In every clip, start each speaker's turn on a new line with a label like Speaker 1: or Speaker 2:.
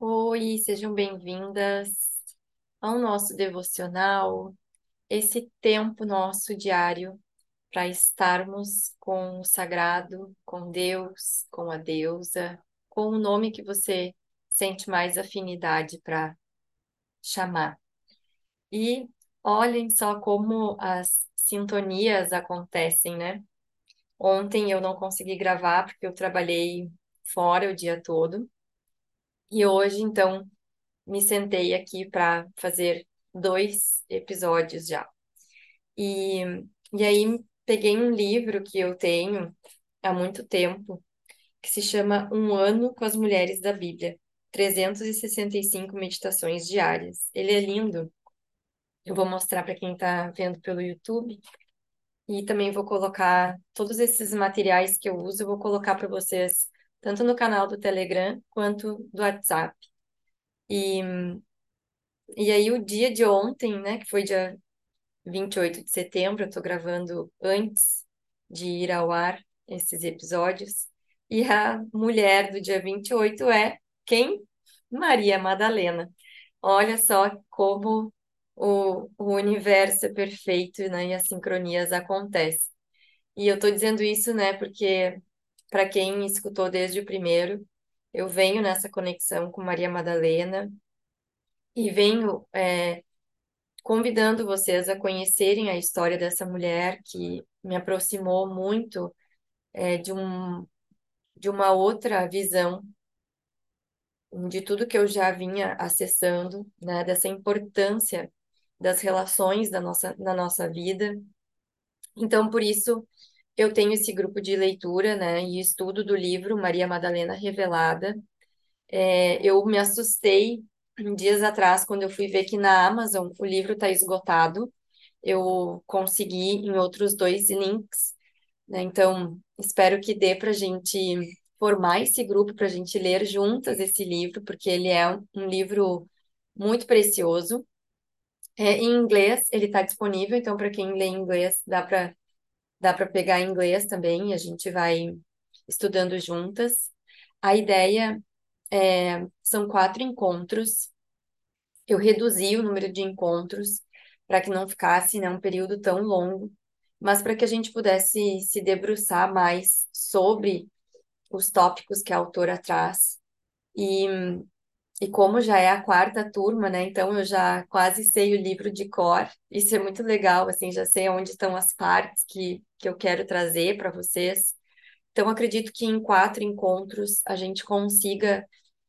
Speaker 1: Oi, sejam bem-vindas ao nosso devocional, esse tempo nosso diário para estarmos com o sagrado, com Deus, com a deusa, com o nome que você sente mais afinidade para chamar. E olhem só como as sintonias acontecem, né? Ontem eu não consegui gravar porque eu trabalhei fora o dia todo. E hoje, então, me sentei aqui para fazer dois episódios já. E, e aí peguei um livro que eu tenho há muito tempo, que se chama Um Ano com as Mulheres da Bíblia, 365 meditações diárias. Ele é lindo. Eu vou mostrar para quem está vendo pelo YouTube e também vou colocar todos esses materiais que eu uso, eu vou colocar para vocês tanto no canal do Telegram quanto do WhatsApp. E, e aí o dia de ontem, né, que foi dia 28 de setembro, eu tô gravando antes de ir ao ar esses episódios. E a mulher do dia 28 é quem? Maria Madalena. Olha só como o universo é perfeito, né, e as sincronias acontecem. E eu tô dizendo isso, né, porque para quem escutou desde o primeiro, eu venho nessa conexão com Maria Madalena e venho convidando vocês a conhecerem a história dessa mulher que me aproximou muito de uma outra visão de tudo que eu já vinha acessando, né, dessa importância das relações na nossa vida. Então, por isso, eu tenho esse grupo de leitura, né, e estudo do livro Maria Madalena Revelada. Eu me assustei dias atrás quando eu fui ver que na Amazon o livro está esgotado. Eu consegui em outros dois links, né? Então, espero que dê para a gente formar esse grupo, para a gente ler juntas esse livro, porque ele é um livro muito precioso. Em inglês, ele está disponível, então, para quem lê inglês, dá para pegar em inglês também, e a gente vai estudando juntas. A ideia são 4 encontros. Eu reduzi o número de encontros para que não ficasse, né, um período tão longo, mas para que a gente pudesse se debruçar mais sobre os tópicos que a autora traz. E, e como já é a quarta turma, né, então eu já quase sei o livro de cor. Isso é muito legal, assim, já sei onde estão as partes que eu quero trazer para vocês. Então, acredito que em 4 encontros a gente consiga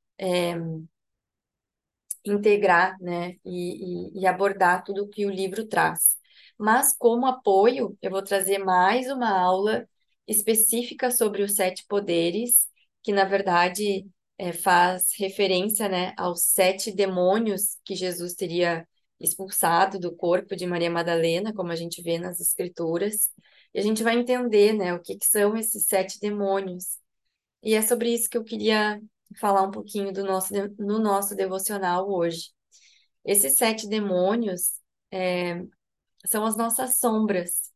Speaker 1: integrar, né, e abordar tudo o que o livro traz. Mas, como apoio, eu vou trazer mais uma aula específica sobre os 7 poderes, que, na verdade, faz referência, né, aos 7 demônios que Jesus teria expulsado do corpo de Maria Madalena, como a gente vê nas Escrituras. E a gente vai entender, né, o que que são esses 7 demônios. E é sobre isso que eu queria falar um pouquinho no nosso devocional hoje. Esses 7 demônios são as nossas sombras.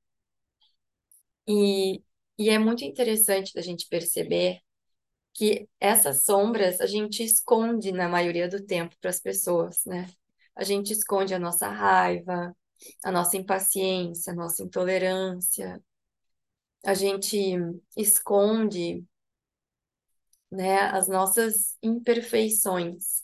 Speaker 1: E, e é muito interessante da gente perceber que essas sombras a gente esconde na maioria do tempo para as pessoas, né? A gente esconde a nossa raiva, a nossa impaciência, a nossa intolerância. A gente esconde, né, as nossas imperfeições.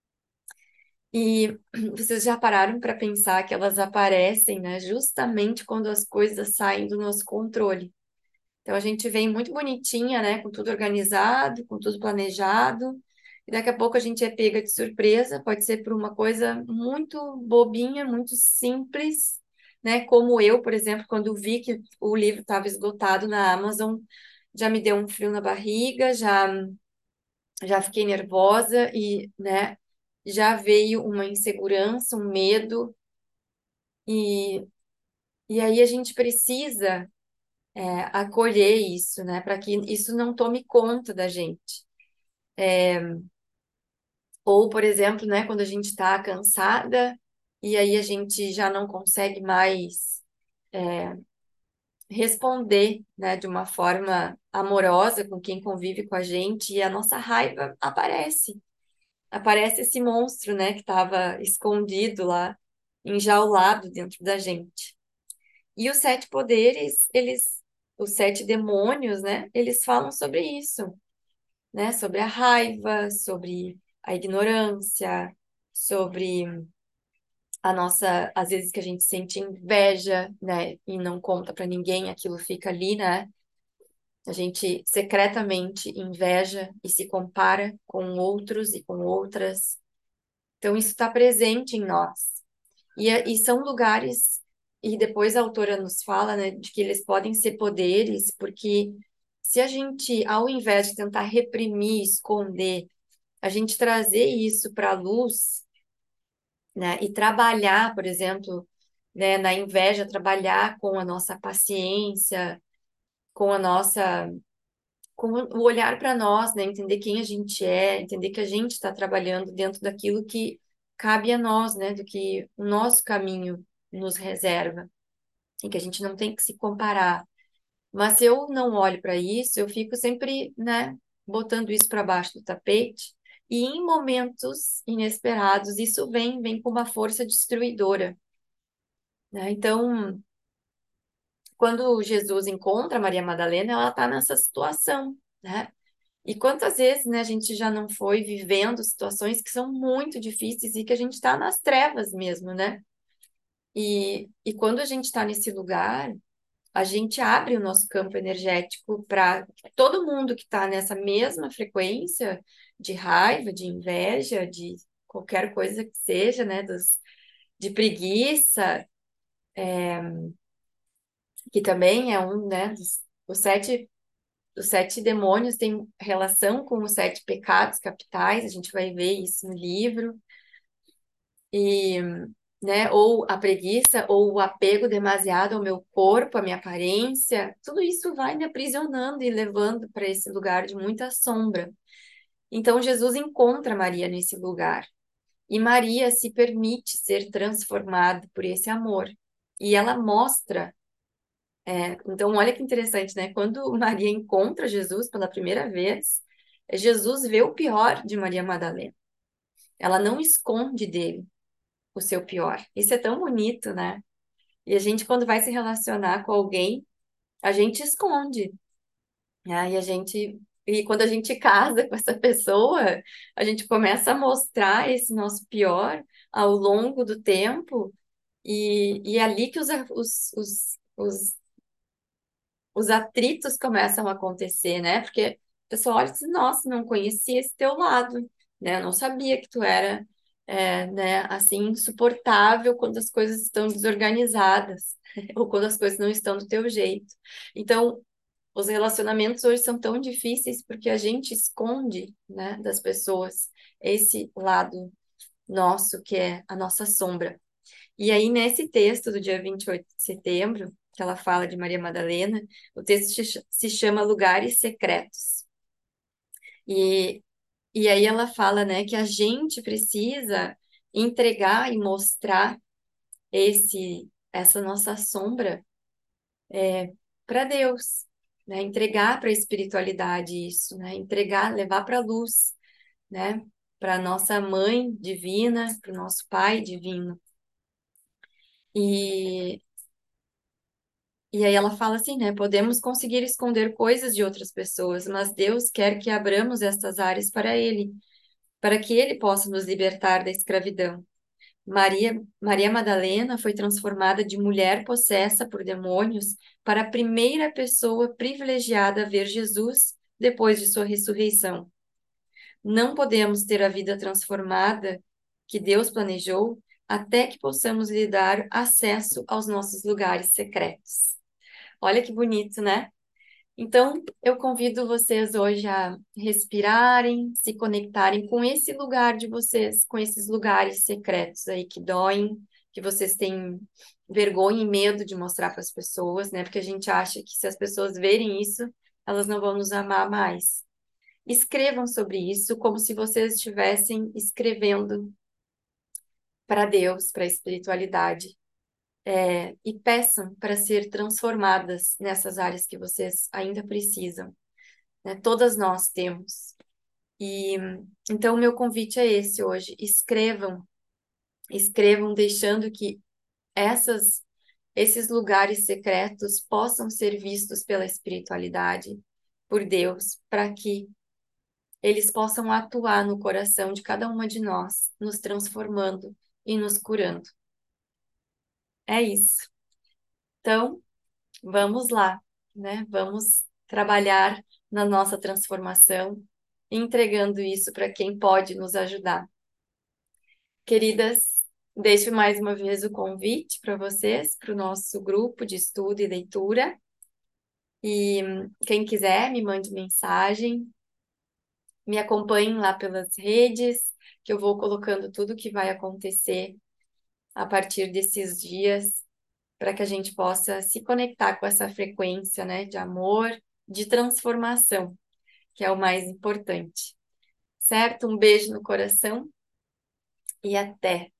Speaker 1: E vocês já pararam para pensar que elas aparecem, né, justamente quando as coisas saem do nosso controle. Então a gente vem muito bonitinha, né, com tudo organizado, com tudo planejado, e daqui a pouco a gente é pega de surpresa, pode ser por uma coisa muito bobinha, muito simples, né, como eu, por exemplo, quando vi que o livro estava esgotado na Amazon, já me deu um frio na barriga, já fiquei nervosa e, né, já veio uma insegurança, um medo, e, e aí a gente precisa acolher isso, né, para que isso não tome conta da gente. Ou, por exemplo, né, quando a gente está cansada e aí a gente já não consegue mais responder, né, de uma forma amorosa com quem convive com a gente e a nossa raiva aparece. aparece esse monstro, né, que estava escondido lá, enjaulado dentro da gente. E os sete poderes, os sete demônios, né, eles falam sobre isso, né, sobre a raiva, sobre a ignorância, sobre a nossa, às vezes que a gente sente inveja, né, e não conta para ninguém, aquilo fica ali, né? A gente secretamente inveja e se compara com outros e com outras. Então, isso está presente em nós. E são lugares, e depois a autora nos fala, né, de que eles podem ser poderes, porque se a gente, ao invés de tentar reprimir, esconder, a gente trazer isso para a luz, né, e trabalhar, por exemplo, né, na inveja, trabalhar com a nossa paciência, com a nossa com o olhar para nós, né? Entender quem a gente é, entender que a gente está trabalhando dentro daquilo que cabe a nós, né? Do que o nosso caminho nos reserva e que a gente não tem que se comparar. Mas se eu não olho para isso, eu fico sempre, né? Botando isso para baixo do tapete. E em momentos inesperados, isso vem com uma força destruidora, né? Então, quando Jesus encontra Maria Madalena, ela está nessa situação, né? E quantas vezes, né, a gente já não foi vivendo situações que são muito difíceis e que a gente está nas trevas mesmo, né? E quando a gente está nesse lugar, a gente abre o nosso campo energético para todo mundo que está nessa mesma frequência de raiva, de inveja, de qualquer coisa que seja, né, de preguiça, que também é um, né, os sete demônios têm relação com os sete pecados capitais, a gente vai ver isso no livro, e, né, ou a preguiça, ou o apego demasiado ao meu corpo, à minha aparência, tudo isso vai me aprisionando e levando para esse lugar de muita sombra. Então, Jesus encontra Maria nesse lugar, e Maria se permite ser transformada por esse amor, e ela mostra. Então, olha que interessante, né? Quando Maria encontra Jesus pela primeira vez, Jesus vê o pior de Maria Madalena. Ela não esconde dele o seu pior. Isso é tão bonito, né? E a gente, quando vai se relacionar com alguém, a gente esconde, né? E quando a gente casa com essa pessoa, a gente começa a mostrar esse nosso pior ao longo do tempo, e é ali que os atritos começam a acontecer, né? Porque o pessoal olha e diz, nossa, não conhecia esse teu lado, né? Eu não sabia que tu era, né, assim, insuportável quando as coisas estão desorganizadas, ou quando as coisas não estão do teu jeito. Então, os relacionamentos hoje são tão difíceis porque a gente esconde, né, das pessoas esse lado nosso, que é a nossa sombra. E aí, nesse texto do dia 28 de setembro, que ela fala de Maria Madalena, o texto se chama Lugares Secretos. E, e aí ela fala, né, que a gente precisa entregar e mostrar essa nossa sombra para Deus, né? Entregar para a espiritualidade isso, né? Entregar, levar para a luz, né? Para nossa mãe divina, para o nosso pai divino. E E aí ela fala assim, né? Podemos conseguir esconder coisas de outras pessoas, mas Deus quer que abramos estas áreas para Ele, para que Ele possa nos libertar da escravidão. Maria Madalena foi transformada de mulher possessa por demônios para a primeira pessoa privilegiada a ver Jesus depois de sua ressurreição. Não podemos ter a vida transformada que Deus planejou até que possamos lhe dar acesso aos nossos lugares secretos. Olha que bonito, né? Então, eu convido vocês hoje a respirarem, se conectarem com esse lugar de vocês, com esses lugares secretos aí que doem, que vocês têm vergonha e medo de mostrar para as pessoas, né? Porque a gente acha que se as pessoas verem isso, elas não vão nos amar mais. Escrevam sobre isso como se vocês estivessem escrevendo para Deus, para a espiritualidade, e peçam para ser transformadas nessas áreas que vocês ainda precisam, né? Todas nós temos. E então o meu convite é esse hoje. Escrevam, escrevam deixando que esses lugares secretos possam ser vistos pela espiritualidade, por Deus, para que eles possam atuar no coração de cada uma de nós, nos transformando e nos curando. É isso. Então, vamos lá, né? Vamos trabalhar na nossa transformação, entregando isso para quem pode nos ajudar. Queridas, deixo mais uma vez o convite para vocês, para o nosso grupo de estudo e leitura. E quem quiser, me mande mensagem, me acompanhem lá pelas redes, que eu vou colocando tudo que vai acontecer a partir desses dias, para que a gente possa se conectar com essa frequência, né, de amor, de transformação, que é o mais importante. Certo? Um beijo no coração e até!